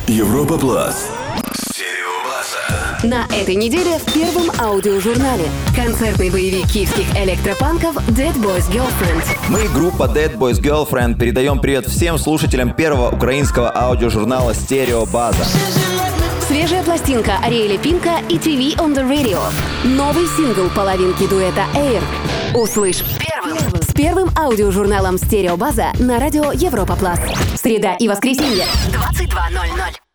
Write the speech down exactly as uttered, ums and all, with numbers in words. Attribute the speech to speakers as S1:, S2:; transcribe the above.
S1: Европа Плас.
S2: На этой неделе в первом аудиожурнале концертный боевик киевских электропанков Dead Boys Girlfriend.
S3: Мы, группа Dead Boys Girlfriend, передаем привет всем слушателям первого украинского аудиожурнала «Стереобаза».
S2: Свежая пластинка Ариэля Пинка и ти ви on the Radio. Новый сингл половинки дуэта Air. Услышь первым с первым аудиожурналом «Стереобаза» на радио Европа Плас. Среда и воскресенье, двадцать два ноль ноль.